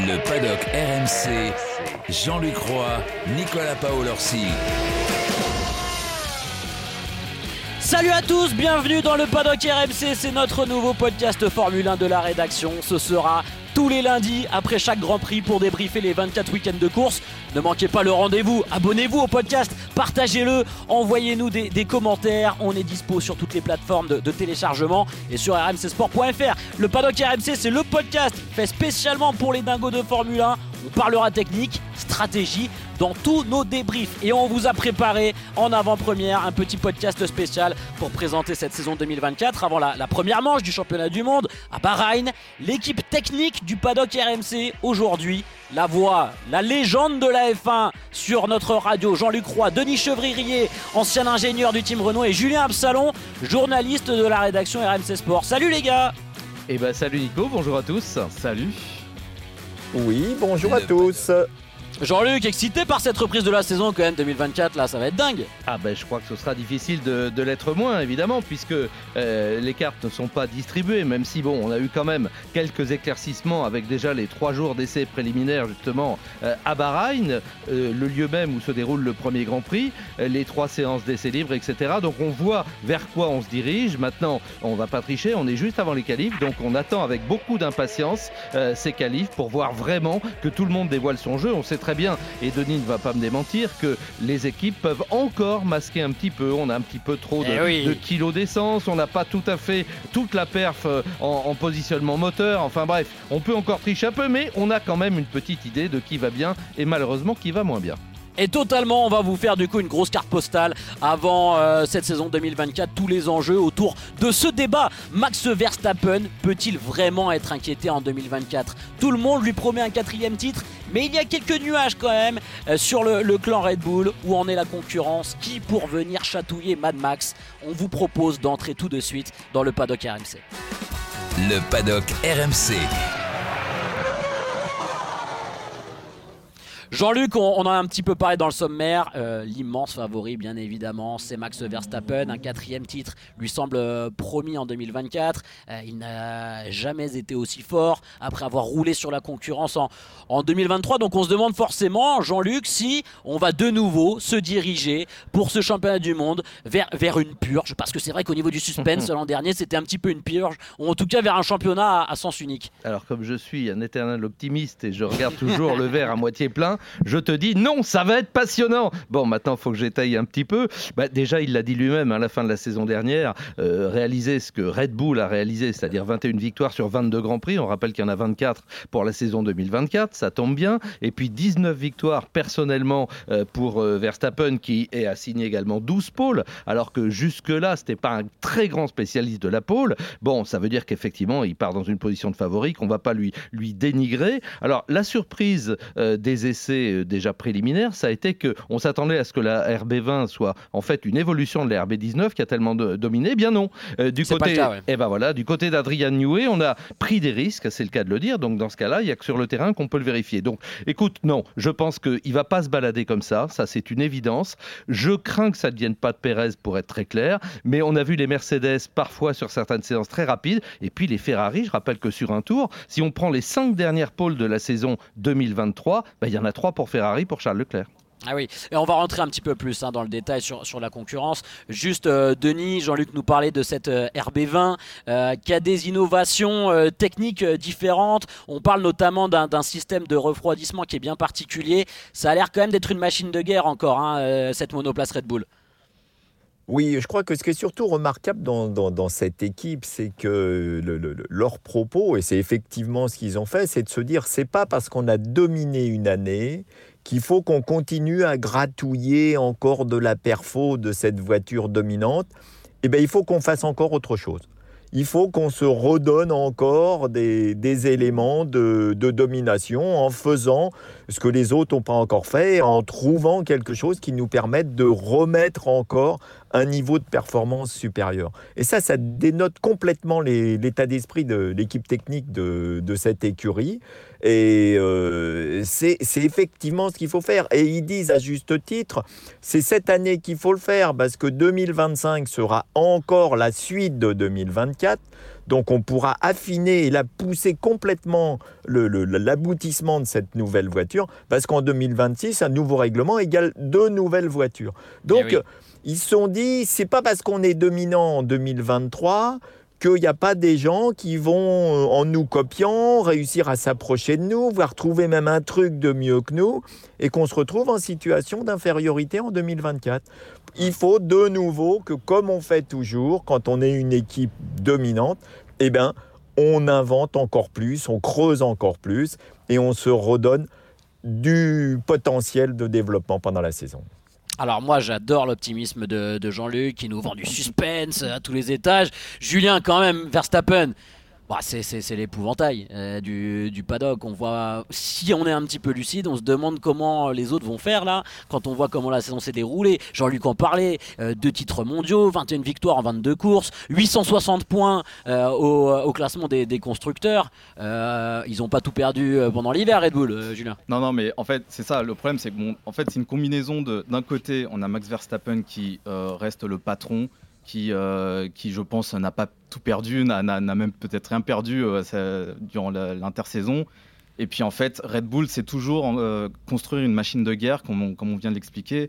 Le paddock RMC, Jean-Luc Roy, Nicolas Paolorsi. Salut à tous, bienvenue dans le paddock RMC, c'est notre nouveau podcast Formule 1 de la rédaction. Ce sera tous les lundis après chaque Grand Prix pour débriefer les 24 week-ends de course. Ne manquez pas le rendez-vous, abonnez-vous au podcast, partagez-le, envoyez-nous des commentaires. On est dispo sur toutes les plateformes de téléchargement et sur rmcsport.fr. Le paddock RMC, c'est le podcast fait spécialement pour les dingos de Formule 1. On parlera technique, stratégie dans tous nos débriefs. Et on vous a préparé en avant-première un petit podcast spécial pour présenter cette saison 2024 avant la première manche du championnat du monde à Bahreïn. L'équipe technique du paddock RMC aujourd'hui, la voix, la légende de la F1 sur notre radio, Jean-Luc Roy, Denis Chevrier, ancien ingénieur du team Renault, et Julien Absalon, journaliste de la rédaction RMC Sport. Salut les gars. Eh ben salut Nico, bonjour à tous. Salut. Oui, bonjour à tous. Jean-Luc, excité par cette reprise de la saison quand même 2024, là, ça va être dingue. Ah ben je crois que ce sera difficile de l'être moins évidemment puisque les cartes ne sont pas distribuées, même si bon on a eu quand même quelques éclaircissements avec déjà les 3 jours d'essais préliminaires justement à Bahreïn, le lieu même où se déroule le premier Grand Prix, les 3 séances d'essais libres, etc. Donc on voit vers quoi on se dirige. Maintenant on va pas tricher, on est juste avant les qualifs, donc on attend avec beaucoup d'impatience ces qualifs pour voir vraiment que tout le monde dévoile son jeu. On sait très bien, et Denis ne va pas me démentir, que les équipes peuvent encore masquer un petit peu. On a un petit peu trop de kilos d'essence, on n'a pas tout à fait toute la perf en positionnement moteur. Enfin bref, on peut encore tricher un peu, mais on a quand même une petite idée de qui va bien et malheureusement qui va moins bien. Et totalement, on va vous faire du coup une grosse carte postale avant cette saison 2024, tous les enjeux autour de ce débat. Max Verstappen peut-il vraiment être inquiété en 2024 ? Tout le monde lui promet un 4e titre, mais il y a quelques nuages quand même sur le clan Red Bull. Où en est la concurrence ? Qui pour venir chatouiller Mad Max ? On vous propose d'entrer tout de suite dans le paddock RMC. Le paddock RMC. Jean-Luc, on en a un petit peu parlé dans le sommaire, l'immense favori bien évidemment, c'est Max Verstappen, un 4e titre lui semble promis en 2024, il n'a jamais été aussi fort après avoir roulé sur la concurrence en 2023, donc on se demande forcément, Jean-Luc, si on va de nouveau se diriger pour ce championnat du monde vers une purge, parce que c'est vrai qu'au niveau du suspense l'an dernier c'était un petit peu une purge, ou en tout cas vers un championnat à sens unique. Alors comme je suis un éternel optimiste et je regarde toujours le verre à moitié plein, je te dis non, ça va être passionnant. Bon, maintenant, il faut que j'étaye un petit peu. Déjà, il l'a dit lui-même à la fin de la saison dernière, réaliser ce que Red Bull a réalisé, c'est-à-dire 21 victoires sur 22 Grands Prix. On rappelle qu'il y en a 24 pour la saison 2024, ça tombe bien. Et puis 19 victoires personnellement pour Verstappen, qui a signé également 12 pôles, alors que jusque-là, ce n'était pas un très grand spécialiste de la pôle. Bon, ça veut dire qu'effectivement, il part dans une position de favori, qu'on ne va pas lui dénigrer. Alors, la surprise des essais déjà préliminaire, ça a été qu'on s'attendait à ce que la RB20 soit en fait une évolution de la RB19 qui a tellement dominé. Eh bien non. Du côté d'Adrian Newey, on a pris des risques, c'est le cas de le dire. Donc dans ce cas-là, il n'y a que sur le terrain qu'on peut le vérifier. Donc écoute, non, je pense qu'il ne va pas se balader comme ça c'est une évidence. Je crains que ça ne devienne pas de Pérez pour être très clair, mais on a vu les Mercedes parfois sur certaines séances très rapides, et puis les Ferrari, je rappelle que sur un tour, si on prend les 5 dernières pôles de la saison 2023, il y en a 3 pour Ferrari, pour Charles Leclerc. Ah oui, et on va rentrer un petit peu plus dans le détail sur la concurrence. Juste, Denis, Jean-Luc nous parlait de cette RB20 qui a des innovations techniques différentes. On parle notamment d'un système de refroidissement qui est bien particulier. Ça a l'air quand même d'être une machine de guerre encore, cette monoplace Red Bull. Oui, je crois que ce qui est surtout remarquable dans cette équipe, c'est que leur propos, et c'est effectivement ce qu'ils ont fait, c'est de se dire, c'est pas parce qu'on a dominé une année qu'il faut qu'on continue à gratouiller encore de la perfo de cette voiture dominante. Eh bien, il faut qu'on fasse encore autre chose. Il faut qu'on se redonne encore des éléments de domination en faisant ce que les autres n'ont pas encore fait, en trouvant quelque chose qui nous permette de remettre encore un niveau de performance supérieur. Et ça dénote complètement l'état d'esprit de l'équipe technique de cette écurie. Et c'est effectivement ce qu'il faut faire. Et ils disent à juste titre, c'est cette année qu'il faut le faire parce que 2025 sera encore la suite de 2024. Donc on pourra affiner et la pousser complètement l'aboutissement de cette nouvelle voiture, parce qu'en 2026, un nouveau règlement égale 2 nouvelles voitures. Donc ils se sont dit, c'est pas parce qu'on est dominant en 2023 qu'il n'y a pas des gens qui vont, en nous copiant, réussir à s'approcher de nous, voire trouver même un truc de mieux que nous, et qu'on se retrouve en situation d'infériorité en 2024. Il faut de nouveau que, comme on fait toujours, quand on est une équipe dominante, eh ben, on invente encore plus, on creuse encore plus, et on se redonne du potentiel de développement pendant la saison. Alors moi j'adore l'optimisme de Jean-Luc qui nous vend du suspense à tous les étages. Julien quand même, Verstappen, bah, c'est l'épouvantail du paddock. On voit, si on est un petit peu lucide, on se demande comment les autres vont faire là. Quand on voit comment la saison s'est déroulée, Jean-Luc en parlait, 2 titres mondiaux, 21 victoires en 22 courses, 860 points au classement des constructeurs. Ils n'ont pas tout perdu pendant l'hiver, Red Bull, Julien. Non, mais en fait, c'est ça. Le problème, c'est que en fait, c'est une combinaison d'un côté, on a Max Verstappen qui reste le patron, qui, je pense, n'a pas tout perdu, n'a même peut-être rien perdu durant l'intersaison. Et puis, en fait, Red Bull, c'est toujours construire une machine de guerre, comme on vient de l'expliquer.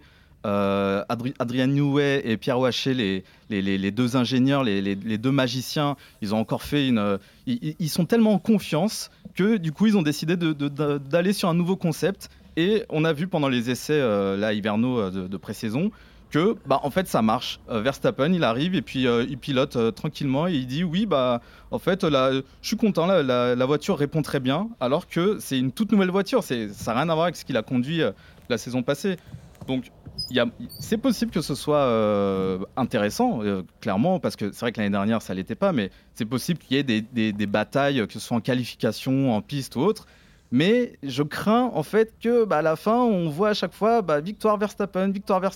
Adrian Newey et Pierre Waché, les 2 ingénieurs, les 2 magiciens, ils ont encore fait ils sont tellement en confiance que, du coup, ils ont décidé d'aller sur un nouveau concept. Et on a vu pendant les essais hivernaux de pré-saison que en fait ça marche. Verstappen il arrive et puis il pilote tranquillement et il dit oui en fait là je suis content, la voiture répond très bien, alors que c'est une toute nouvelle voiture, ça n'a rien à voir avec ce qu'il a conduit la saison passée. Donc c'est possible que ce soit intéressant, clairement, parce que c'est vrai que l'année dernière ça l'était pas, mais c'est possible qu'il y ait des batailles, que ce soit en qualification, en piste ou autre. Mais je crains en fait que à la fin on voit à chaque fois victoire Verstappen.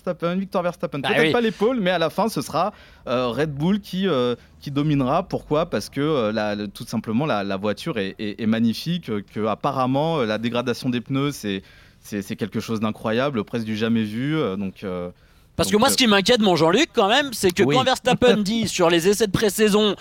Peut-être pas l'épaule, mais à la fin ce sera Red Bull qui dominera. Pourquoi ? Parce que tout simplement la voiture est magnifique, que apparemment la dégradation des pneus c'est quelque chose d'incroyable, presque du jamais vu. Parce que moi, ce qui m'inquiète, mon Jean-Luc, quand même, c'est que quand Verstappen dit sur les essais de pré-saison,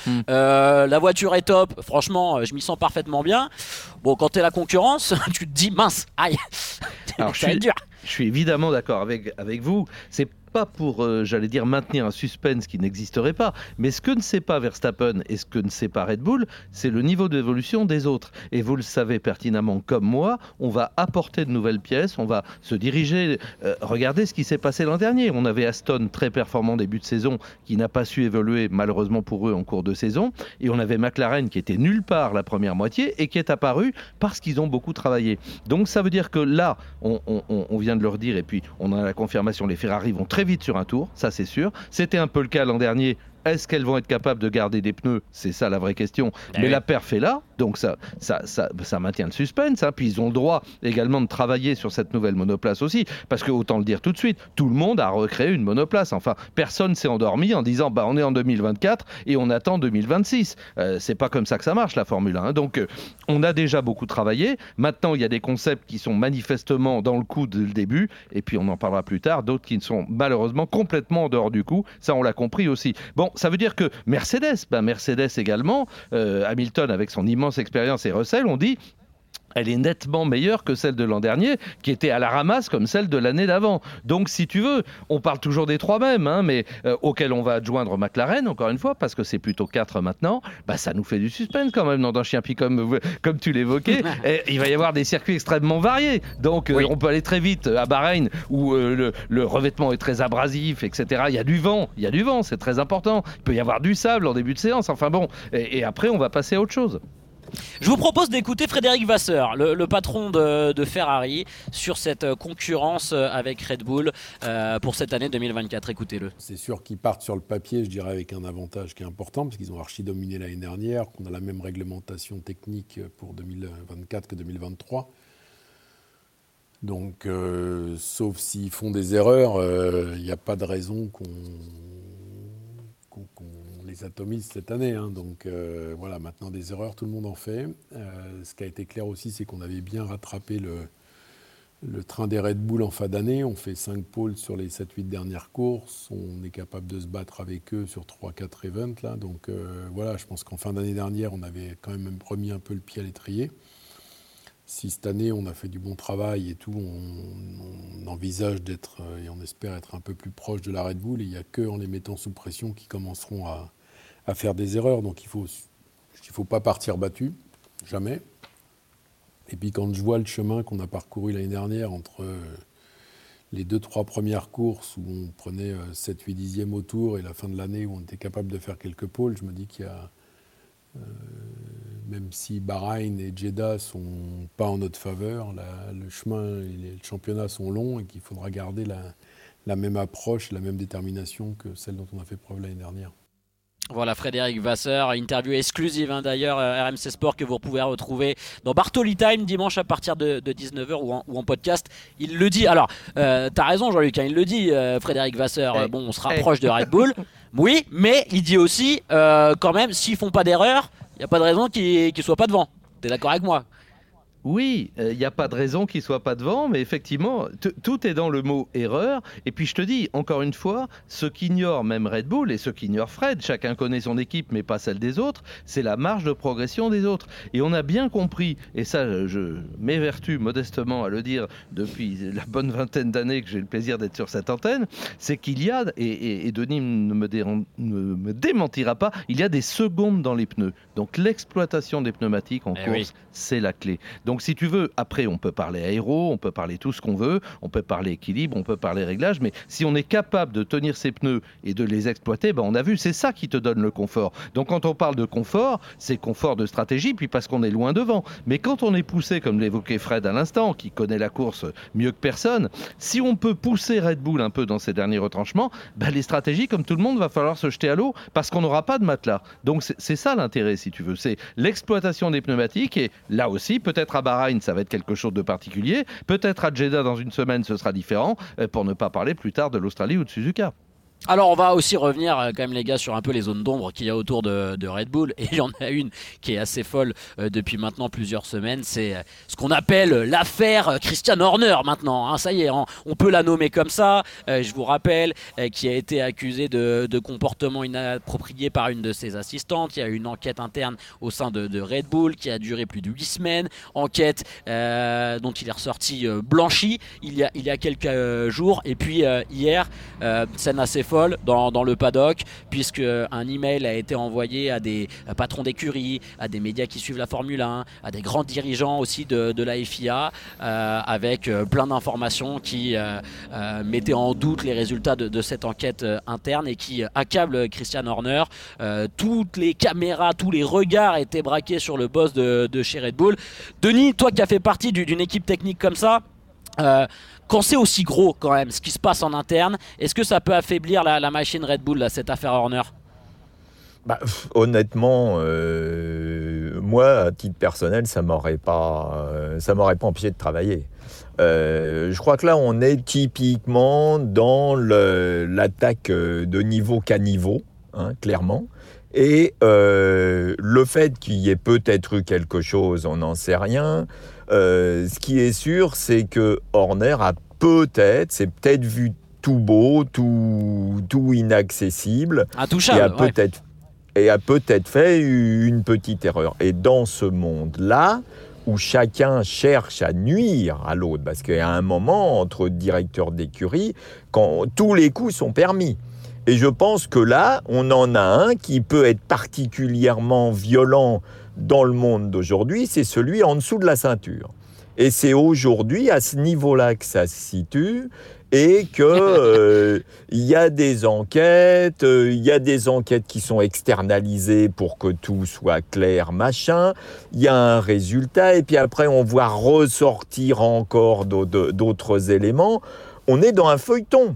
la voiture est top, franchement, je m'y sens parfaitement bien. Bon, quand t'es la concurrence, tu te dis, mince, aïe, alors, ça va être dur. Je suis évidemment d'accord avec vous. C'est pas pour, maintenir un suspense qui n'existerait pas, mais ce que ne sait pas Verstappen et ce que ne sait pas Red Bull, c'est le niveau d'évolution des autres. Et vous le savez pertinemment comme moi, on va apporter de nouvelles pièces, on va se diriger. Regardez ce qui s'est passé l'an dernier. On avait Aston très performant début de saison, qui n'a pas su évoluer malheureusement pour eux en cours de saison, et on avait McLaren qui était nulle part la première moitié et qui est apparu parce qu'ils ont beaucoup travaillé. Donc ça veut dire que là, on vient de leur dire, et puis on a la confirmation, les Ferrari vont très vite sur un tour, ça c'est sûr. C'était un peu le cas l'an dernier. Est-ce qu'elles vont être capables de garder des pneus ? C'est ça la vraie question. Mais la perf est là, donc ça maintient le suspense. Puis ils ont le droit également de travailler sur cette nouvelle monoplace aussi. Parce que, autant le dire tout de suite, tout le monde a recréé une monoplace. Enfin, personne s'est endormi en disant on est en 2024 et on attend 2026. C'est pas comme ça que ça marche, la Formule 1. Donc, on a déjà beaucoup travaillé. Maintenant, il y a des concepts qui sont manifestement dans le coup dès le début. Et puis, on en parlera plus tard. D'autres qui sont malheureusement complètement en dehors du coup. Ça, on l'a compris aussi. Bon, ça veut dire que Mercedes également, Hamilton avec son immense expérience et Russell, on dit elle est nettement meilleure que celle de l'an dernier, qui était à la ramasse comme celle de l'année d'avant. Donc, si tu veux, on parle toujours des 3 mêmes, mais auxquels on va adjoindre McLaren, encore une fois, parce que c'est plutôt 4 maintenant, ça nous fait du suspense quand même, dans Chien Pi, comme tu l'évoquais. Et il va y avoir des circuits extrêmement variés. Donc, on peut aller très vite à Bahreïn, où le revêtement est très abrasif, etc. Il y a du vent, c'est très important. Il peut y avoir du sable en début de séance. Enfin bon, et après, on va passer à autre chose. Je vous propose d'écouter Frédéric Vasseur, le patron de Ferrari, sur cette concurrence avec Red Bull pour cette année 2024. Écoutez-le. C'est sûr qu'ils partent sur le papier, je dirais, avec un avantage qui est important, parce qu'ils ont archi-dominé l'année dernière, qu'on a la même réglementation technique pour 2024 que 2023. Donc, sauf s'ils font des erreurs, il n'y a pas de raison qu'on les atomise cette année. Donc voilà, maintenant des erreurs, tout le monde en fait. Ce qui a été clair aussi, c'est qu'on avait bien rattrapé le train des Red Bull en fin d'année. On fait 5 pôles sur les 7-8 dernières courses. On est capable de se battre avec eux sur 3-4 events. Là. Donc voilà, je pense qu'en fin d'année dernière, on avait quand même remis un peu le pied à l'étrier. Si cette année, on a fait du bon travail et tout, on envisage d'être, et on espère être un peu plus proche de la Red Bull. Et il n'y a qu'en les mettant sous pression qu'ils commenceront à faire des erreurs. Donc il ne faut pas partir battu, jamais. Et puis quand je vois le chemin qu'on a parcouru l'année dernière entre les 2-3 premières courses où on prenait 7-8 dixièmes au tour et la fin de l'année où on était capable de faire quelques pôles, je me dis qu'il y a, même si Bahreïn et Jeddah sont pas en notre faveur, le chemin et le championnat sont longs et qu'il faudra garder la même approche, la même détermination que celle dont on a fait preuve l'année dernière. Voilà, Frédéric Vasseur, interview exclusive d'ailleurs RMC Sport que vous pouvez retrouver dans Bartoli Time dimanche à partir de 19h ou en podcast. Il le dit, alors t'as raison Jean-Luc, il le dit Frédéric Vasseur, on se rapproche de Red Bull, oui, mais il dit aussi quand même s'ils font pas d'erreur, il n'y a pas de raison qu'ils soient pas devant. T'es d'accord avec moi ? Oui, il n'y a pas de raison qu'il ne soit pas devant, mais effectivement, tout est dans le mot erreur. Et puis je te dis, encore une fois, ceux qui ignorent même Red Bull et ceux qui ignorent Fred, chacun connaît son équipe mais pas celle des autres, c'est la marge de progression des autres. Et on a bien compris, et ça je m'évertue modestement à le dire depuis la bonne vingtaine d'années que j'ai le plaisir d'être sur cette antenne, c'est qu'il y a, et Denis ne me démentira pas, il y a des secondes dans les pneus. Donc l'exploitation des pneumatiques en course, c'est la clé. Donc si tu veux, après on peut parler aéro, on peut parler tout ce qu'on veut, on peut parler équilibre, on peut parler réglage, mais si on est capable de tenir ces pneus et de les exploiter, on a vu, c'est ça qui te donne le confort. Donc quand on parle de confort, c'est confort de stratégie, puis parce qu'on est loin devant. Mais quand on est poussé, comme l'évoquait Fred à l'instant, qui connaît la course mieux que personne, si on peut pousser Red Bull un peu dans ses derniers retranchements, les stratégies, comme tout le monde, va falloir se jeter à l'eau parce qu'on n'aura pas de matelas. Donc c'est ça l'intérêt, si tu veux, c'est l'exploitation des pneumatiques, et là aussi, peut-être à Bahreïn, ça va être quelque chose de particulier. Peut-être à Jeddah, dans une semaine, ce sera différent, pour ne pas parler plus tard de l'Australie ou de Suzuka. Alors on va aussi revenir quand même les gars sur un peu les zones d'ombre qu'il y a autour de Red Bull, et il y en a une qui est assez folle depuis maintenant plusieurs semaines, c'est ce qu'on appelle l'affaire Christian Horner maintenant, ça y est, on peut la nommer comme ça, je vous rappelle, qui a été accusé de comportement inapproprié par une de ses assistantes. Il y a eu une enquête interne au sein de Red Bull qui a duré plus de 8 semaines, enquête dont il est ressorti blanchi il y a quelques jours, et puis hier, scène assez folle dans le paddock, puisque un email a été envoyé à des patrons d'écurie, à des médias qui suivent la Formule 1, à des grands dirigeants aussi de la FIA, avec plein d'informations qui mettaient en doute les résultats de cette enquête interne et qui accablent Christian Horner. Toutes les caméras, tous les regards étaient braqués sur le boss de chez Red Bull. Denis, toi qui as fait partie d'une équipe technique comme ça, quand c'est aussi gros quand même ce qui se passe en interne, est-ce que ça peut affaiblir la machine Red Bull, là, cette affaire Horner ? Honnêtement, moi, à titre personnel, ça m'aurait pas empêché de travailler. Je crois que là, on est typiquement dans l'attaque de niveau caniveau, clairement. Et le fait qu'il y ait peut-être eu quelque chose, on n'en sait rien. Ce qui est sûr, c'est que Horner s'est peut-être vu tout beau, tout inaccessible, intouchable, et a peut-être fait une petite erreur. Et dans ce monde-là, où chacun cherche à nuire à l'autre, parce qu'il y a un moment, entre directeurs d'écurie, quand tous les coups sont permis. Et je pense que là, on en a un qui peut être particulièrement violent dans le monde d'aujourd'hui, c'est celui en dessous de la ceinture. Et c'est aujourd'hui, à ce niveau-là, que ça se situe, et que il y a des enquêtes, qui sont externalisées pour que tout soit clair, machin. Il y a un résultat, et puis après, on voit ressortir encore d'autres éléments. On est dans un feuilleton.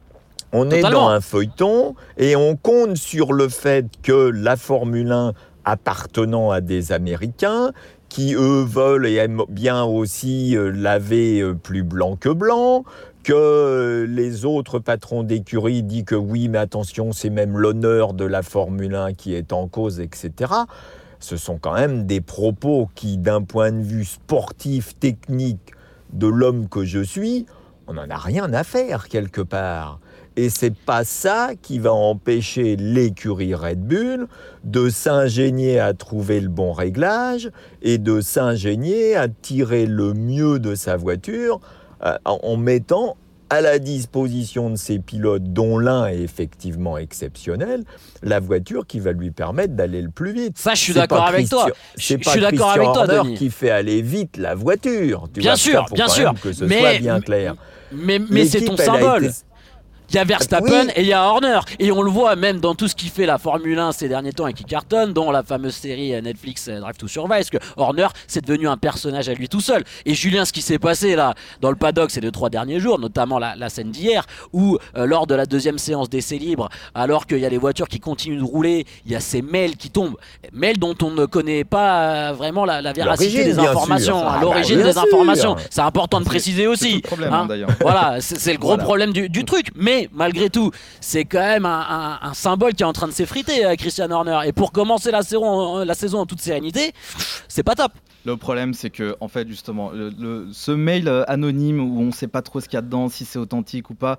Et on compte sur le fait que la Formule 1 appartenant à des Américains, qui eux veulent et aiment bien aussi laver plus blanc que blanc, que les autres patrons d'écurie disent que oui, mais attention, c'est même l'honneur de la Formule 1 qui est en cause, etc. Ce sont quand même des propos qui, d'un point de vue sportif, technique, de l'homme que je suis, on n'en a rien à faire quelque part. Et c'est pas ça qui va empêcher l'écurie Red Bull de s'ingénier à trouver le bon réglage et de s'ingénier à tirer le mieux de sa voiture en mettant à la disposition de ses pilotes, dont l'un est effectivement exceptionnel, la voiture qui va lui permettre d'aller le plus vite. Ça, je suis d'accord avec toi. C'est pas Christian Horner qui fait aller vite la voiture. Bien sûr, bien sûr. Que ce soit bien clair. Mais c'est ton symbole. Il y a Verstappen et il y a Horner. Et on le voit même dans tout ce qui fait la Formule 1 ces derniers temps et qui cartonne, dont la fameuse série Netflix Drive to Survive, parce que Horner, c'est devenu un personnage à lui tout seul. Et Julien, ce qui s'est passé là dans le paddock ces 2-3 derniers jours, notamment la scène d'hier, où lors de la deuxième séance d'essai libre, alors qu'il y a les voitures qui continuent de rouler, il y a ces mails qui tombent. Mails dont on ne connaît pas vraiment la véracité des informations, l'origine des informations. C'est important de préciser aussi. C'est tout le problème, d'ailleurs. Voilà, c'est le gros problème du truc. Mais malgré tout, c'est quand même un symbole qui est en train de s'effriter, Christian Horner. Et pour commencer la saison en toute sérénité, c'est pas top. Le problème, c'est que, en fait, justement, ce mail anonyme où on ne sait pas trop ce qu'il y a dedans, si c'est authentique ou pas,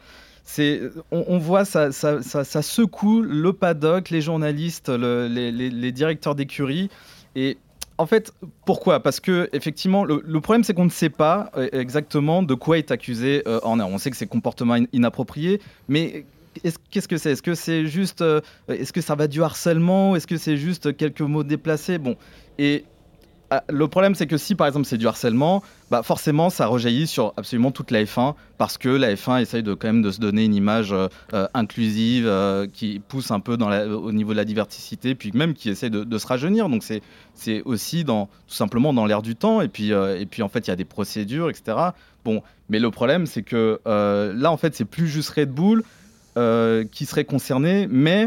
on voit ça secoue le paddock, les journalistes, les directeurs d'écurie. Et en fait, pourquoi ? Parce que effectivement, le problème, c'est qu'on ne sait pas exactement de quoi est accusé Horner. On sait que c'est comportement inapproprié, mais qu'est-ce que c'est ? Est-ce que c'est juste, est-ce que ça va du harcèlement ? Est-ce que c'est juste quelques mots déplacés ? Bon, et le problème, c'est que si par exemple c'est du harcèlement, bah forcément ça rejaillit sur absolument toute la F1 parce que la F1 essaye quand même de se donner une image inclusive qui pousse un peu au niveau de la diversité, puis même qui essaye de se rajeunir. Donc c'est aussi tout simplement dans l'air du temps. Et puis en fait il y a des procédures, etc. Bon, mais le problème c'est que là en fait c'est plus juste Red Bull qui serait concerné, mais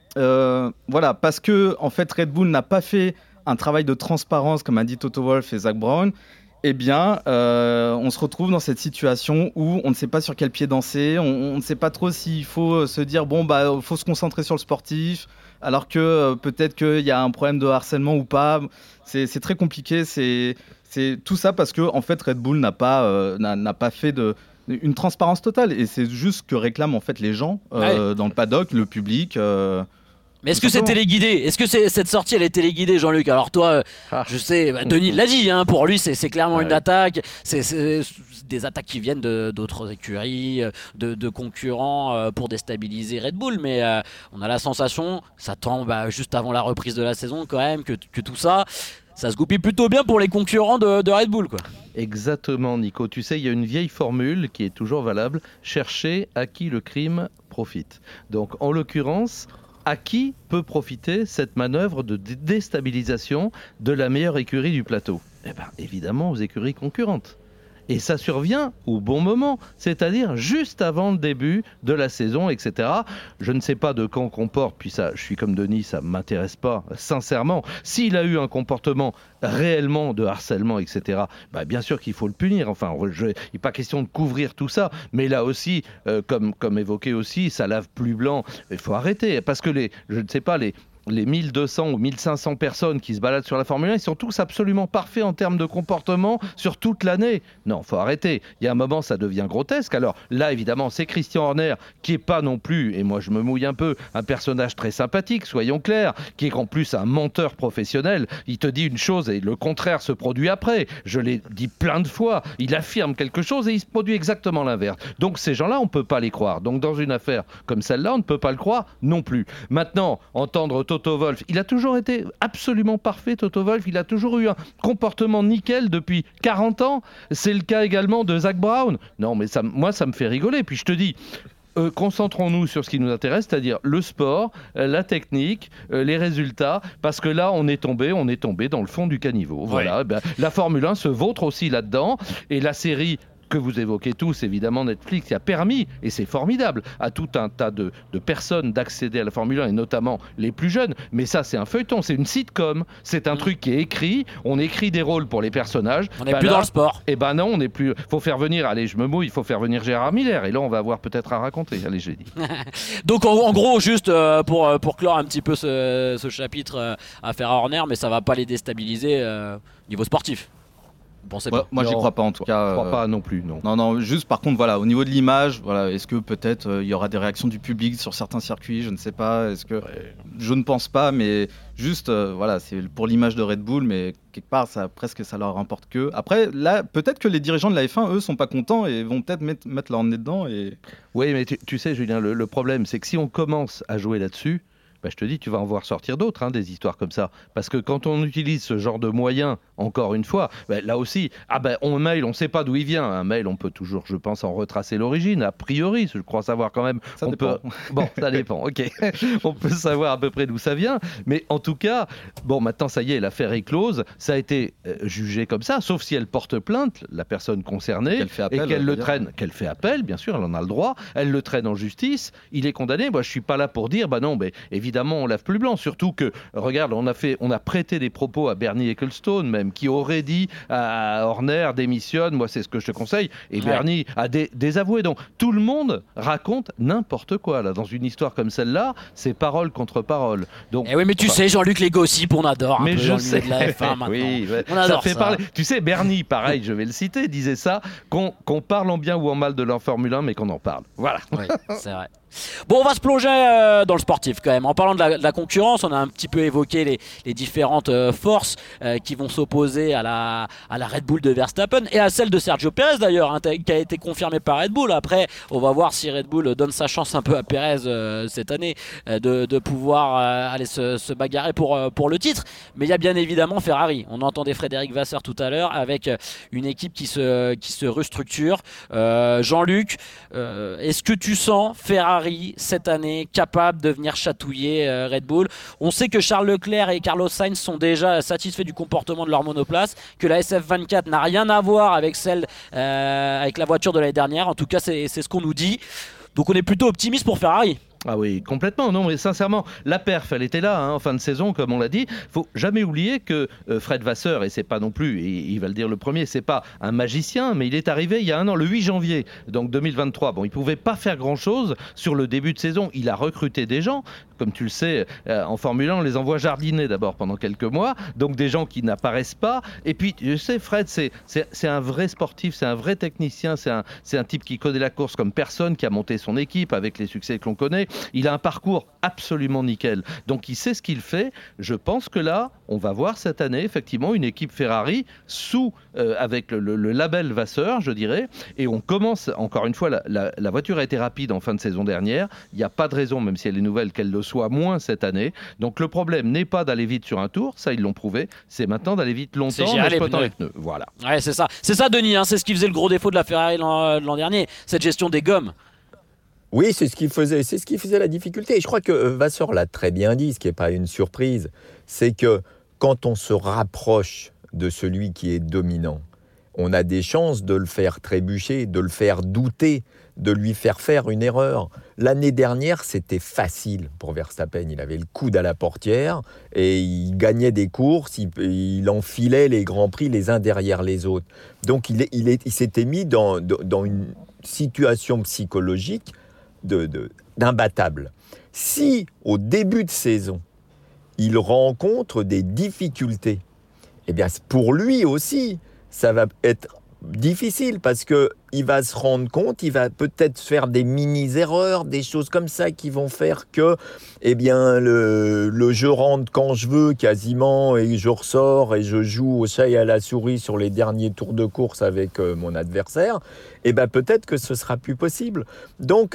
voilà, parce que en fait Red Bull n'a pas fait un travail de transparence, comme a dit Toto Wolff et Zak Brown, eh bien, on se retrouve dans cette situation où on ne sait pas sur quel pied danser, on ne sait pas trop s'il faut se dire, bon, bah, faut se concentrer sur le sportif, alors que peut-être qu'il y a un problème de harcèlement ou pas. C'est très compliqué, c'est tout ça parce que, en fait, Red Bull n'a pas fait une transparence totale, et c'est juste ce que réclament en fait les gens dans le paddock, le public. Mais est-ce que c'est téléguidé ? Est-ce que cette sortie elle est téléguidée, Jean-Luc ? Alors toi, je sais, Denis l'a dit, hein, pour lui c'est clairement une attaque, c'est des attaques qui viennent d'autres écuries, de concurrents pour déstabiliser Red Bull, mais on a la sensation, ça tend juste avant la reprise de la saison quand même, que tout ça se goupille plutôt bien pour les concurrents de Red Bull, quoi. Exactement, Nico. Tu sais, il y a une vieille formule qui est toujours valable, chercher à qui le crime profite. Donc en l'occurrence, à qui peut profiter cette manœuvre de déstabilisation de la meilleure écurie du plateau ? Eh bien, évidemment, aux écuries concurrentes. Et ça survient au bon moment, c'est-à-dire juste avant le début de la saison, etc. Je ne sais pas de quand on comporte, puis ça, je suis comme Denis, ça ne m'intéresse pas, sincèrement. S'il a eu un comportement réellement de harcèlement, etc., bah bien sûr qu'il faut le punir. Enfin, il n'est pas question de couvrir tout ça, mais là aussi, comme évoqué aussi, ça lave plus blanc. Il faut arrêter, parce que je ne sais pas, les 1200 ou 1500 personnes qui se baladent sur la Formule 1, ils sont tous absolument parfaits en termes de comportement sur toute l'année. Non, faut arrêter. Il y a un moment, ça devient grotesque. Alors là, évidemment, c'est Christian Horner qui est pas non plus, et moi je me mouille un peu, un personnage très sympathique, soyons clairs, qui est en plus un menteur professionnel. Il te dit une chose et le contraire se produit après. Je l'ai dit plein de fois. Il affirme quelque chose et il se produit exactement l'inverse. Donc ces gens-là, on peut pas les croire. Donc dans une affaire comme celle-là, on ne peut pas le croire non plus. Maintenant, entendre Toto Wolff, il a toujours été absolument parfait, Toto Wolff, il a toujours eu un comportement nickel depuis 40 ans, c'est le cas également de Zak Brown. Non mais moi ça me fait rigoler, puis je te dis, concentrons-nous sur ce qui nous intéresse, c'est-à-dire le sport, la technique, les résultats, parce que là on est tombé dans le fond du caniveau. Voilà, ouais. La Formule 1 se vautre aussi là-dedans, et la série que vous évoquez tous, évidemment, Netflix, qui a permis, et c'est formidable, à tout un tas de personnes d'accéder à la Formule 1, et notamment les plus jeunes. Mais ça, c'est un feuilleton, c'est une sitcom, c'est un truc qui est écrit, on écrit des rôles pour les personnages. On n'est plus dans le sport. Eh ben non, on n'est plus... faut faire venir, allez, je me mouille, il faut faire venir Gérard Miller, et là, on va avoir peut-être à raconter. Allez, j'ai dit. Donc, en gros, juste pour clore un petit peu ce chapitre, affaire à Horner, mais ça va pas les déstabiliser niveau sportif. Vous pensez pas? Moi, j'y Non, crois pas en tout cas. Je crois pas non plus, non. Non, juste par contre, voilà, au niveau de l'image, voilà, est-ce que peut-être il y aura des réactions du public sur certains circuits, je ne sais pas. Est-ce que je ne pense pas, mais juste, voilà, c'est pour l'image de Red Bull, mais quelque part, presque ça leur importe que. Après, là, peut-être que les dirigeants de la F1, eux, sont pas contents et vont peut-être mettre leur nez dedans. Et... Oui, mais tu sais, Julien, le problème, c'est que si on commence à jouer là-dessus, je te dis, tu vas en voir sortir d'autres, des histoires comme ça. Parce que quand on utilise ce genre de moyens, encore une fois, là aussi, on mail, on ne sait pas d'où il vient. Un mail, on peut toujours, je pense, en retracer l'origine. A priori, je crois savoir quand même. Ça dépend. Bon, ça dépend, ok. On peut savoir à peu près d'où ça vient. Mais en tout cas, maintenant, ça y est, l'affaire est close. Ça a été jugé comme ça, sauf si elle porte plainte, la personne concernée, qu'elle fait appel, et qu'elle le traîne. Qu'elle fait appel, bien sûr, elle en a le droit. Elle le traîne en justice. Il est condamné. Moi, je ne suis pas là pour dire, non, mais évidemment, on lave plus blanc. Surtout que, regarde, on a prêté des propos à Bernie Ecclestone, même, qui aurait dit à Horner, démissionne, moi c'est ce que je te conseille. Et Bernie a désavoué. Donc tout le monde raconte n'importe quoi. Là, dans une histoire comme celle-là, c'est parole contre parole. Donc, oui, mais tu sais, Jean-Luc, les gossips, on adore. Mais je sais. De la F1 maintenant. Oui, on adore ça. Parler. Tu sais, Bernie, pareil, je vais le citer, disait ça, qu'on parle en bien ou en mal de leur Formule 1, mais qu'on en parle. Voilà. Oui, c'est vrai. Bon, on va se plonger dans le sportif quand même. En parlant de la concurrence, on a un petit peu évoqué les différentes forces qui vont s'opposer à la Red Bull de Verstappen et à celle de Sergio Pérez d'ailleurs, qui a été confirmée par Red Bull. Après, on va voir si Red Bull donne sa chance un peu à Pérez cette année de pouvoir aller se bagarrer pour le titre. Mais il y a bien évidemment Ferrari. On entendait Frédéric Vasseur tout à l'heure avec une équipe qui se restructure. Jean-Luc, est-ce que tu sens Ferrari cette année capable de venir chatouiller Red Bull? On sait que Charles Leclerc et Carlos Sainz sont déjà satisfaits du comportement de leur monoplace, que la SF24 n'a rien à voir avec avec la voiture de l'année dernière. En tout cas, c'est ce qu'on nous dit. Donc on est plutôt optimiste pour Ferrari. Ah oui, complètement. Non, mais sincèrement, la perf, elle était là en fin de saison, comme on l'a dit. Faut jamais oublier que Fred Vasseur, et c'est pas non plus, et il va le dire le premier, c'est pas un magicien, mais il est arrivé il y a un an, le 8 janvier, donc 2023. Bon, il pouvait pas faire grand-chose sur le début de saison. Il a recruté des gens. Comme tu le sais, en Formule 1, on les envoie jardiner d'abord pendant quelques mois, donc des gens qui n'apparaissent pas. Et puis, je sais, Fred, c'est un vrai sportif, c'est un vrai technicien, c'est un type qui connaît la course comme personne, qui a monté son équipe avec les succès que l'on connaît. Il a un parcours absolument nickel. Donc, il sait ce qu'il fait. Je pense que là, on va voir cette année, effectivement, une équipe Ferrari avec le label Vasseur, je dirais. Et on commence, encore une fois, la voiture a été rapide en fin de saison dernière. Il n'y a pas de raison, même si elle est nouvelle, qu'elle le soit moins cette année. Donc, le problème n'est pas d'aller vite sur un tour, ça, ils l'ont prouvé. C'est maintenant d'aller vite longtemps en exploitant les pneus. Voilà. Ouais, c'est ça. C'est ça, Denis. C'est ce qui faisait le gros défaut de la Ferrari l'an dernier, cette gestion des gommes. Oui, c'est ce qui faisait la difficulté. Et je crois que Vasseur l'a très bien dit, ce qui n'est pas une surprise, c'est que quand on se rapproche de celui qui est dominant, on a des chances de le faire trébucher, de le faire douter, de lui faire faire une erreur. L'année dernière, c'était facile pour Verstappen. Il avait le coude à la portière et il gagnait des courses, il enfilait les grands prix les uns derrière les autres. Donc il s'était mis dans une situation psychologique d'imbattable. Si, au début de saison, il rencontre des difficultés, eh bien, pour lui aussi, ça va être difficile parce qu'il va se rendre compte, il va peut-être faire des mini-erreurs, des choses comme ça qui vont faire que eh bien, le je rentre quand je veux quasiment et je ressors et je joue au chat et à la souris sur les derniers tours de course avec mon adversaire, eh bien, peut-être que ce sera plus possible. Donc,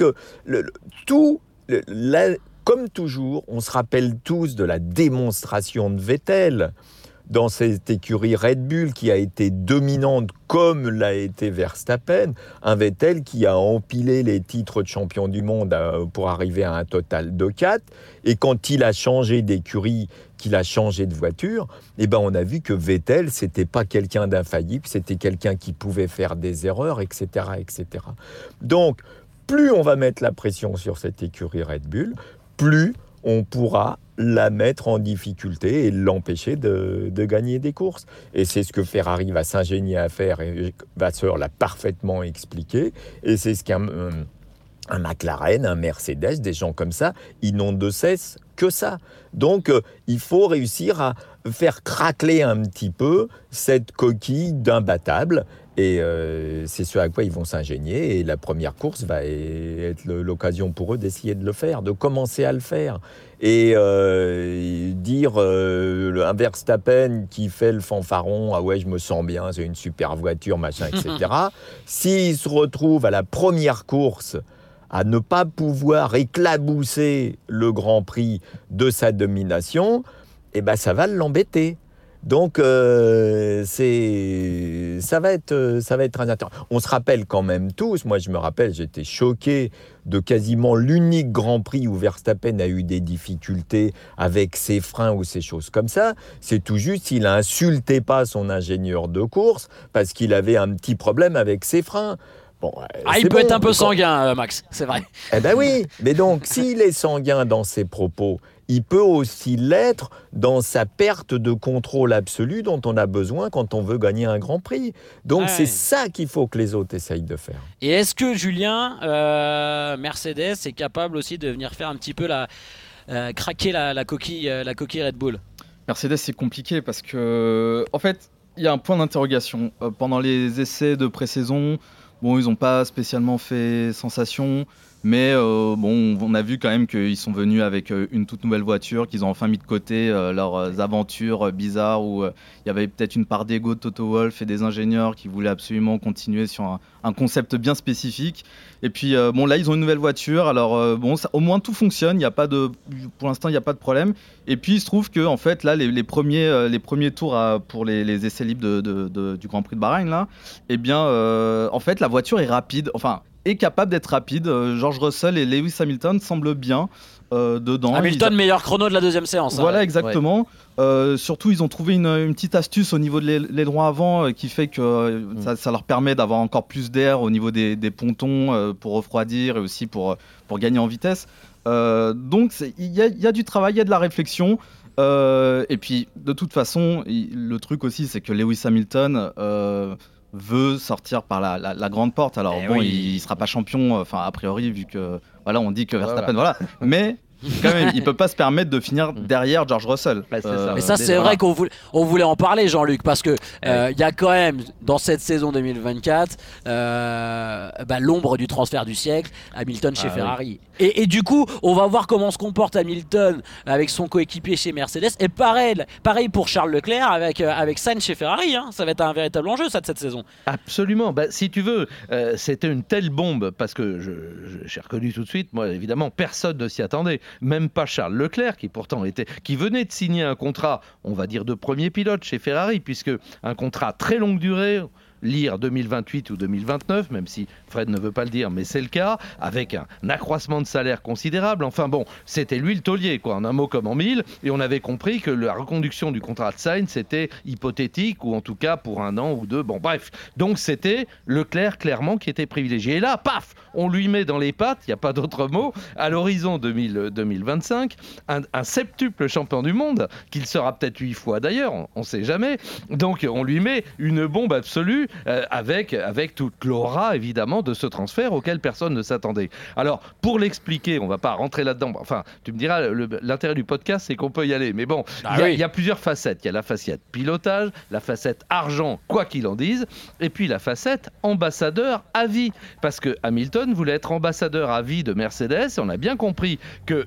comme toujours, on se rappelle tous de la démonstration de Vettel dans cette écurie Red Bull qui a été dominante comme l'a été Verstappen, un Vettel qui a empilé les titres de champion du monde pour arriver à un total de 4. Et quand il a changé d'écurie, qu'il a changé de voiture, eh ben on a vu que Vettel, c'était pas quelqu'un d'infaillible, c'était quelqu'un qui pouvait faire des erreurs, etc., etc. Donc, plus on va mettre la pression sur cette écurie Red Bull, plus on pourra la mettre en difficulté et l'empêcher de gagner des courses. Et c'est ce que Ferrari va s'ingénier à faire, et Vasseur l'a parfaitement expliqué, et c'est ce qu'un McLaren, un Mercedes, des gens comme ça, ils n'ont de cesse que ça. Donc, il faut réussir à faire craquer un petit peu cette coquille d'imbattable. Et c'est ce à quoi ils vont s'ingénier. Et la première course va être l'occasion pour eux d'essayer de le faire, de commencer à le faire. Et dire un Verstappen qui fait le fanfaron, ah ouais, je me sens bien, c'est une super voiture, machin, etc. S'il se retrouve à la première course à ne pas pouvoir éclabousser le Grand Prix de sa domination, eh ben ça va l'embêter. Donc, ça va être très intéressant. On se rappelle quand même tous, moi je me rappelle, j'étais choqué de quasiment l'unique Grand Prix où Verstappen a eu des difficultés avec ses freins ou ces choses comme ça. C'est tout juste, il n'insultait pas son ingénieur de course parce qu'il avait un petit problème avec ses freins. Bon, il peut être un peu sanguin, Max, c'est vrai. Eh ben oui, mais donc s'il est sanguin dans ses propos, il peut aussi l'être dans sa perte de contrôle absolu dont on a besoin quand on veut gagner un Grand Prix. Donc c'est ça qu'il faut que les autres essayent de faire. Et est-ce que Julien, Mercedes est capable aussi de venir faire un petit peu craquer la coquille Red Bull ? Mercedes, c'est compliqué parce que, en fait, il y a un point d'interrogation. Pendant les essais de pré-saison, ils n'ont pas spécialement fait sensation. Mais on a vu quand même qu'ils sont venus avec une toute nouvelle voiture, qu'ils ont enfin mis de côté leurs aventures bizarres où il y avait peut-être une part d'ego de Toto Wolff et des ingénieurs qui voulaient absolument continuer sur un concept bien spécifique. Et puis là, ils ont une nouvelle voiture. Alors au moins tout fonctionne. Pour l'instant, il n'y a pas de problème. Et puis il se trouve que en fait là, les premiers tours pour les essais libres du Grand Prix de Bahreïn là, en fait la voiture est rapide. Enfin, est capable d'être rapide. George Russell et Lewis Hamilton semblent bien dedans. Hamilton, meilleur chrono de la deuxième séance. Voilà, exactement. Ouais. Surtout, ils ont trouvé une petite astuce au niveau de l'aileron avant qui fait que ça leur permet d'avoir encore plus d'air au niveau des pontons pour refroidir et aussi pour gagner en vitesse. Donc, il y a du travail, il y a de la réflexion. Et puis, de toute façon, le truc aussi, c'est que Lewis Hamilton veut sortir par la grande porte. Alors il sera pas champion, a priori, vu que on dit que Verstappen, mais quand même, il peut pas se permettre de finir derrière George Russell. C'est ça. Mais ça, c'est vrai qu'on voulait en parler, Jean-Luc, parce que y a quand même dans cette saison 2024 l'ombre du transfert du siècle, Hamilton chez Ferrari. Et du coup, on va voir comment se comporte Hamilton avec son coéquipier chez Mercedes. Et pareil pour Charles Leclerc avec Sainz chez Ferrari. Ça va être un véritable enjeu ça de cette saison. Absolument. Si tu veux, c'était une telle bombe parce que j'ai reconnu tout de suite. Moi, évidemment, personne ne s'y attendait. Même pas Charles Leclerc, qui venait de signer un contrat, on va dire, de premier pilote chez Ferrari, puisque un contrat très longue durée, lire 2028 ou 2029, même si Fred ne veut pas le dire, mais c'est le cas, avec un accroissement de salaire considérable. Enfin bon, c'était lui le taulier, en un mot comme en mille, et on avait compris que la reconduction du contrat de Sainz c'était hypothétique, ou en tout cas pour un an ou deux, bref. Donc c'était Leclerc clairement qui était privilégié. Et là, paf, on lui met dans les pattes, il n'y a pas d'autre mot, à l'horizon 2025, un septuple champion du monde, qu'il sera peut-être 8 fois d'ailleurs, on ne sait jamais. Donc on lui met une bombe absolue, avec toute l'aura évidemment de ce transfert auquel personne ne s'attendait. Alors pour l'expliquer, on ne va pas rentrer là-dedans, tu me diras, l'intérêt du podcast c'est qu'on peut y aller, mais bon, il y a plusieurs facettes. Il y a la facette pilotage, la facette argent, quoi qu'il en dise, et puis la facette ambassadeur à vie, parce que Hamilton voulait être ambassadeur à vie de Mercedes, et on a bien compris que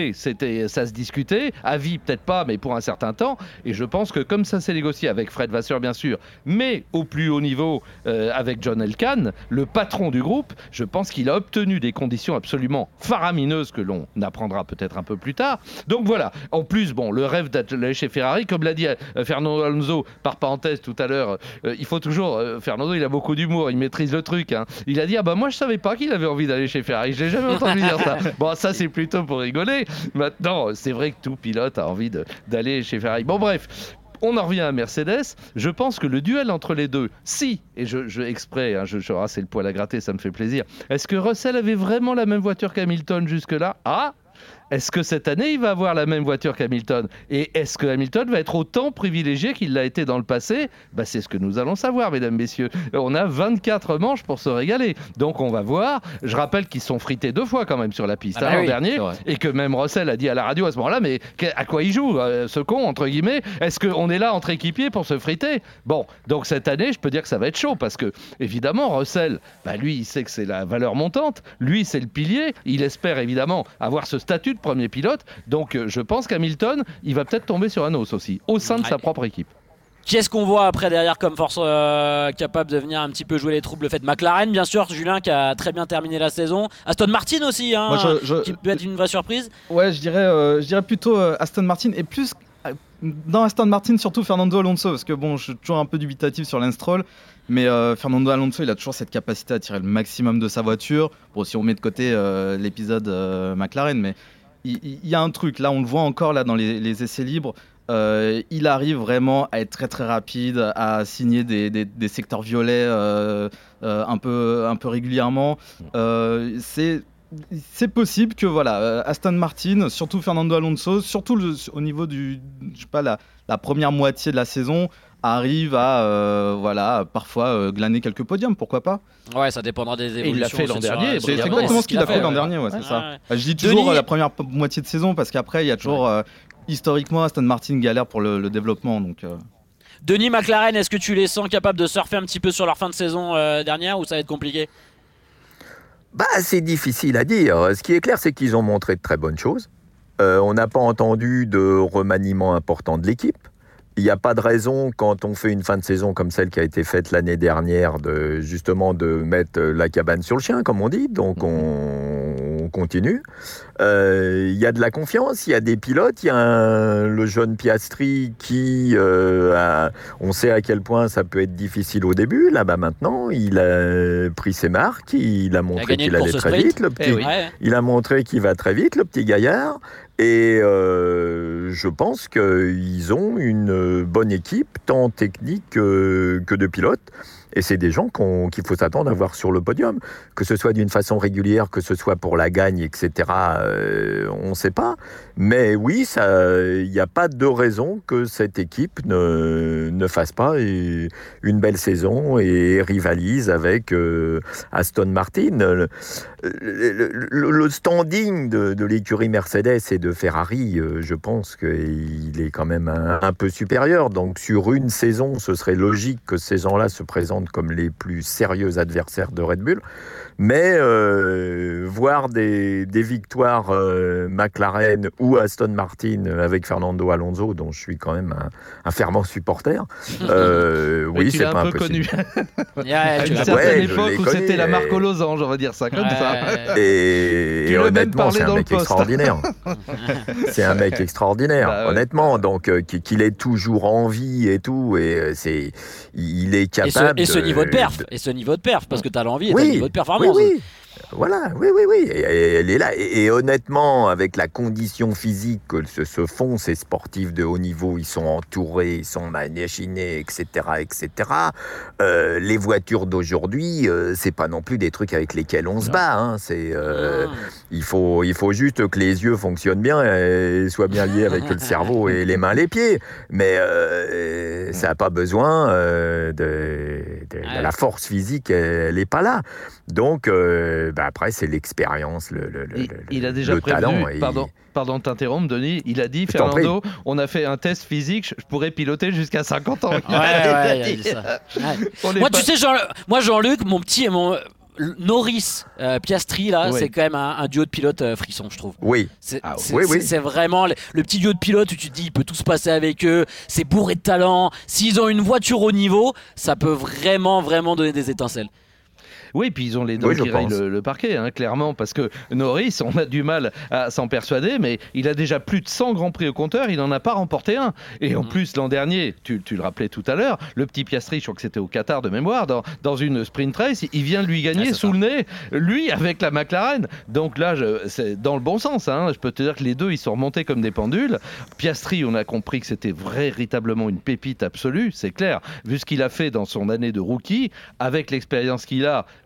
ça se discutait, à vie peut-être pas, mais pour un certain temps, et je pense que comme ça s'est négocié avec Fred Vasseur bien sûr, mais au plus haut niveau avec John Elkann, le patron du groupe, je pense qu'il a obtenu des conditions absolument faramineuses que l'on apprendra peut-être un peu plus tard. Donc voilà, en plus, le rêve d'aller chez Ferrari, comme l'a dit Fernando Alonso, par parenthèse tout à l'heure, il faut toujours, Fernando il a beaucoup d'humour, il maîtrise le truc, il a dit, moi je savais pas qu'il avait envie d'aller chez Ferrari, je l'ai jamais entendu dire ça. Bon, ça c'est plutôt pour rigoler, maintenant c'est vrai que tout pilote a envie d'aller chez Ferrari. Bon bref, on en revient à Mercedes. Je pense que le duel entre les deux, et je exprès, je c'est le poil à gratter, ça me fait plaisir. Est-ce que Russell avait vraiment la même voiture qu'Hamilton jusque-là ? est-ce que cette année, il va avoir la même voiture qu'Hamilton ? Et est-ce que Hamilton va être autant privilégié qu'il l'a été dans le passé ? C'est ce que nous allons savoir, mesdames, messieurs. On a 24 manches pour se régaler. Donc on va voir. Je rappelle qu'ils sont frités 2 fois quand même sur la piste l'an dernier. Et que même Russell a dit à la radio à ce moment-là, mais à quoi il joue, ce con, entre guillemets ? Est-ce qu'on est là entre équipiers pour se friter ? Bon, donc cette année, je peux dire que ça va être chaud parce que, évidemment, Russell, lui, il sait que c'est la valeur montante. Lui, c'est le pilier. Il espère évidemment avoir ce statut de premier pilote. Donc je pense qu'Hamilton, il va peut-être tomber sur un os aussi, au sein de sa propre équipe. Qui est-ce qu'on voit après derrière comme force capable de venir un petit peu jouer les troubles ? Le fait de McLaren, bien sûr, Julien qui a très bien terminé la saison. Aston Martin aussi, qui peut être une vraie surprise. Ouais, je dirais plutôt Aston Martin et plus dans Aston Martin, surtout Fernando Alonso, parce que je suis toujours un peu dubitatif sur Lance Stroll, mais Fernando Alonso, il a toujours cette capacité à tirer le maximum de sa voiture. Bon, si on met de côté l'épisode McLaren, mais il y a un truc, là on le voit encore là dans les essais libres. Il arrive vraiment à être très très rapide, à signer des secteurs violets un peu régulièrement. C'est possible que Aston Martin, surtout Fernando Alonso, surtout au niveau la première moitié de la saison, arrive à parfois glaner quelques podiums, pourquoi pas. Ouais, ça dépendra des évolutions. Et il l'a fait l'an dernier. C'est exactement ce qu'il a fait l'an dernier, c'est ça. Je dis toujours la première moitié de saison parce qu'après il y a toujours historiquement Aston Martin galère pour le développement, donc. Denis, McLaren, est-ce que tu les sens capables de surfer un petit peu sur leur fin de saison dernière ou ça va être compliqué ? C'est difficile à dire. Ce qui est clair, c'est qu'ils ont montré de très bonnes choses. On n'a pas entendu de remaniement important de l'équipe. Il n'y a pas de raison, quand on fait une fin de saison comme celle qui a été faite l'année dernière, de mettre la cabane sur le chien, comme on dit. Donc on continue. Il y a de la confiance, il y a des pilotes. Il y a le jeune Piastri qui, on sait à quel point ça peut être difficile au début. Là-bas maintenant, il a pris ses marques, il a montré qu'il allait très vite. Il a montré qu'il va très vite, le petit gaillard. Et je pense qu'ils ont une bonne équipe, tant technique que de pilotes. Et c'est des gens qu'il faut s'attendre à voir sur le podium. Que ce soit d'une façon régulière, que ce soit pour la gagne, etc., on ne sait pas. Mais oui, il n'y a pas de raison que cette équipe ne fasse pas une belle saison et rivalise avec Aston Martin. Le standing de l'écurie Mercedes et de Ferrari, je pense qu'il est quand même un peu supérieur. Donc sur une saison, ce serait logique que ces gens-là se présentent comme les plus sérieux adversaires de Red Bull. Mais voir des victoires McLaren ou Aston Martin avec Fernando Alonso, dont je suis quand même un fervent supporter, oui, c'est pas impossible. À une certaine époque où c'était la marque aux losanges, on va dire ça comme ça. Et honnêtement, c'est un mec extraordinaire. C'est un mec extraordinaire, honnêtement. Donc, qu'il ait toujours envie et tout, et il est capable. Et ce niveau de perf, parce que tu as l'envie et tu as le niveau de performance. Oui. Voilà, oui. Et elle est là. Et honnêtement, avec la condition physique que se font ces sportifs de haut niveau, ils sont entourés, ils sont machinés, etc. Les voitures d'aujourd'hui, c'est pas non plus des trucs avec lesquels on se bat. Il faut juste que les yeux fonctionnent bien et soient bien liés avec le cerveau et les mains, les pieds. Mais ça n'a pas besoin de la force physique, elle n'est pas là. Donc, après, c'est l'expérience, il a déjà le prévenu, talent. Pardon de t'interrompre, Denis. Il a dit, Fernando, on a fait un test physique, je pourrais piloter jusqu'à 50 ans. Il a dit ça. Tu sais, Jean-Luc, Norris, Piastri, là, c'est quand même un duo de pilotes frisson, je trouve. Oui. C'est vraiment le petit duo de pilotes où tu te dis, il peut tout se passer avec eux, c'est bourré de talent. S'ils ont une voiture au niveau, ça peut vraiment, vraiment donner des étincelles. Oui, puis ils ont les dents qui rayent le parquet, clairement, parce que Norris, on a du mal à s'en persuader, mais il a déjà plus de 100 grands prix au compteur, il n'en a pas remporté un. Et en plus, l'an dernier, tu le rappelais tout à l'heure, le petit Piastri, je crois que c'était au Qatar de mémoire, dans une sprint race, il vient lui gagner sous le nez, lui avec la McLaren. Donc là, c'est dans le bon sens. Je peux te dire que les deux, ils sont remontés comme des pendules. Piastri, on a compris que c'était véritablement une pépite absolue, c'est clair. Vu ce qu'il a fait dans son année de rookie, avec l'expérience qu'il a,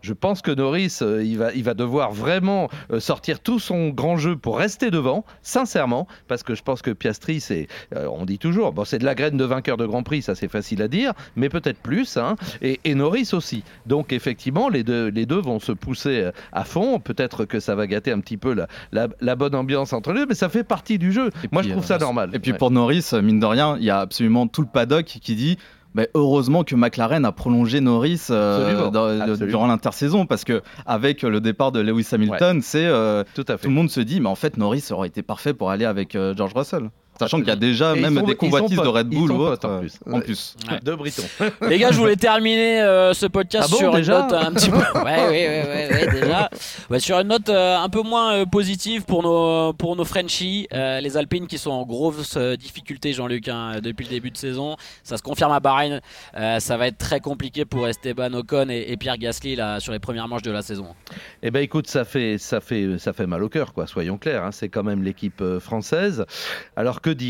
Je pense que Norris, il va devoir vraiment sortir tout son grand jeu pour rester devant, sincèrement, parce que je pense que Piastri, on dit toujours, c'est de la graine de vainqueur de Grand Prix, ça c'est facile à dire, mais peut-être plus, hein, et Norris aussi. Donc effectivement, les deux vont se pousser à fond. Peut-être que ça va gâter un petit peu la bonne ambiance entre les deux, mais ça fait partie du jeu. Moi, je trouve ça normal. Et puis pour Norris, mine de rien, il y a absolument tout le paddock qui dit heureusement que McLaren a prolongé Norris durant l'intersaison, parce que avec le départ de Lewis Hamilton, tout le monde se dit mais en fait Norris aurait été parfait pour aller avec George Russell. Sachant qu'il y a déjà des convoitises de Red Bull ou autre en plus. Ouais. De Briton. Les gars, je voulais terminer ce podcast sur une note un petit peu. Ouais, déjà. Sur une note un peu moins positive pour nos Frenchies, les Alpines qui sont en grosse difficulté, Jean-Luc, depuis le début de saison. Ça se confirme à Bahreïn. Ça va être très compliqué pour Esteban Ocon et Pierre Gasly là, sur les premières manches de la saison. Eh ben écoute, ça fait mal au cœur, quoi. Soyons clairs. C'est quand même l'équipe française. Alors que dire ?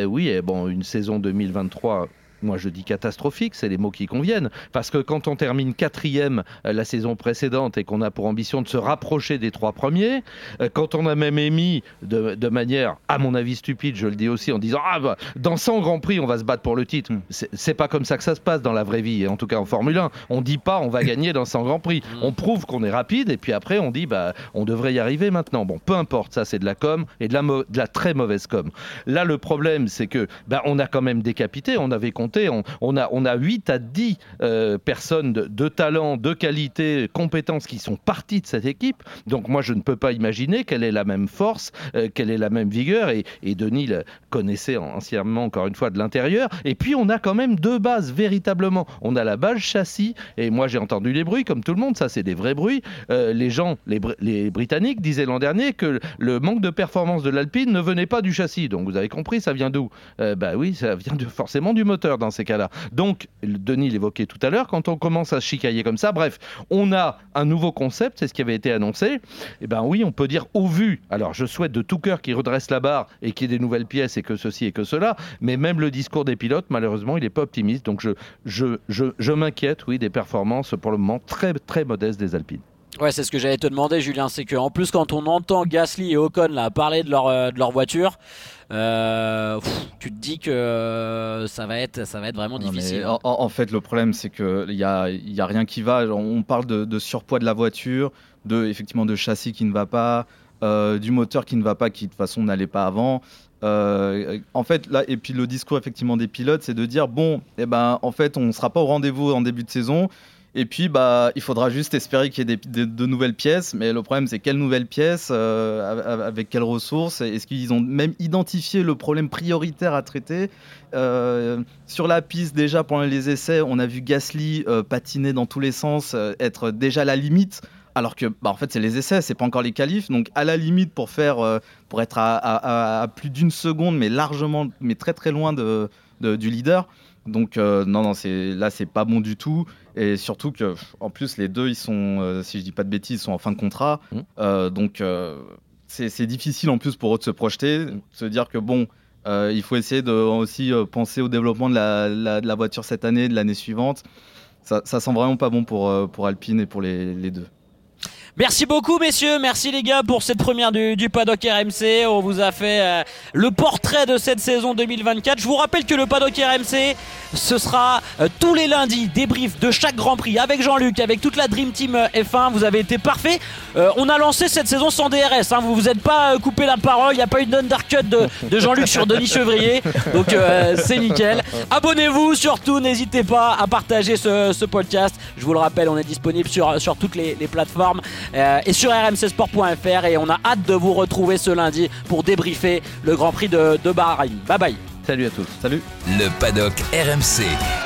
Une saison 2023. Moi, je dis catastrophique, c'est les mots qui conviennent. Parce que quand on termine 4e la saison précédente et qu'on a pour ambition de se rapprocher des 3 premiers, quand on a même émis de manière, à mon avis, stupide, je le dis aussi, en disant dans 100 Grands Prix, on va se battre pour le titre. C'est pas comme ça que ça se passe dans la vraie vie, et en tout cas en Formule 1. On dit pas on va gagner dans 100 Grands Prix. On prouve qu'on est rapide, et puis après, on dit on devrait y arriver maintenant. Bon, peu importe, ça c'est de la com et de la très mauvaise com. Là, le problème, c'est que on a quand même décapité, on avait compté. On a 8 à 10 personnes de talent, de qualité, compétences qui sont parties de cette équipe. Donc moi, je ne peux pas imaginer qu'elle ait la même force, qu'elle ait la même vigueur. Et Denis le connaissait anciennement, encore une fois, de l'intérieur. Et puis, on a quand même 2 bases, véritablement. On a la base châssis. Et moi, j'ai entendu les bruits, comme tout le monde. Ça, c'est des vrais bruits. Les Britanniques disaient l'an dernier que le manque de performance de l'Alpine ne venait pas du châssis. Donc, vous avez compris, ça vient d'où ? Oui, ça vient forcément du moteur dans ces cas-là. Donc, Denis l'évoquait tout à l'heure, quand on commence à se chicailler comme ça, bref, on a un nouveau concept, c'est ce qui avait été annoncé. Oui, on peut dire au vu. Alors, je souhaite de tout cœur qu'ils redressent la barre et qu'il y ait des nouvelles pièces et que ceci et que cela, mais même le discours des pilotes, malheureusement, il n'est pas optimiste. Donc, je m'inquiète, des performances pour le moment très, très modestes des Alpines. Ouais, c'est ce que j'allais te demander, Julien. C'est qu'en plus, quand on entend Gasly et Ocon là, parler de leur voiture, tu te dis que ça va être vraiment difficile. En fait, le problème, c'est qu'il n'y a rien qui va. On parle de surpoids de la voiture, effectivement de châssis qui ne va pas, du moteur qui ne va pas, qui de toute façon n'allait pas avant. En fait, là, et puis le discours effectivement des pilotes, c'est de dire en fait, on ne sera pas au rendez-vous en début de saison. Et puis, il faudra juste espérer qu'il y ait de nouvelles pièces. Mais le problème, c'est quelles nouvelles pièces, avec quelles ressources. Est-ce qu'ils ont même identifié le problème prioritaire à traiter ? Sur la piste, déjà, pendant les essais, on a vu Gasly patiner dans tous les sens, être déjà à la limite. Alors que, en fait, c'est les essais, c'est pas encore les qualifs. Donc, à la limite, pour être à plus d'une seconde, mais largement, mais très, très loin du leader. Donc non, c'est pas bon du tout, et surtout que en plus les deux ils sont, si je dis pas de bêtises, ils sont en fin de contrat, donc c'est difficile en plus pour eux de se projeter, de se dire que il faut essayer de aussi penser au développement de la voiture cette année, de l'année suivante. Ça sent vraiment pas bon pour Alpine et pour les deux. Merci beaucoup messieurs, merci les gars pour cette première du Paddock RMC. On vous a fait le portrait de cette saison 2024. Je vous rappelle que le Paddock RMC, ce sera tous les lundis, débrief de chaque Grand Prix avec Jean-Luc, avec toute la Dream Team F1. Vous avez été parfaits. On a lancé cette saison sans DRS, vous vous êtes pas coupé la parole, il n'y a pas eu d'undercut de Jean-Luc sur Denis Chevrier, donc c'est nickel. Abonnez-vous surtout, n'hésitez pas à partager ce podcast. Je vous le rappelle, on est disponible sur toutes les plateformes et sur rmcsport.fr, et on a hâte de vous retrouver ce lundi pour débriefer le Grand Prix de Bahreïn. Bye bye. Salut à tous. Salut. Le Paddock RMC.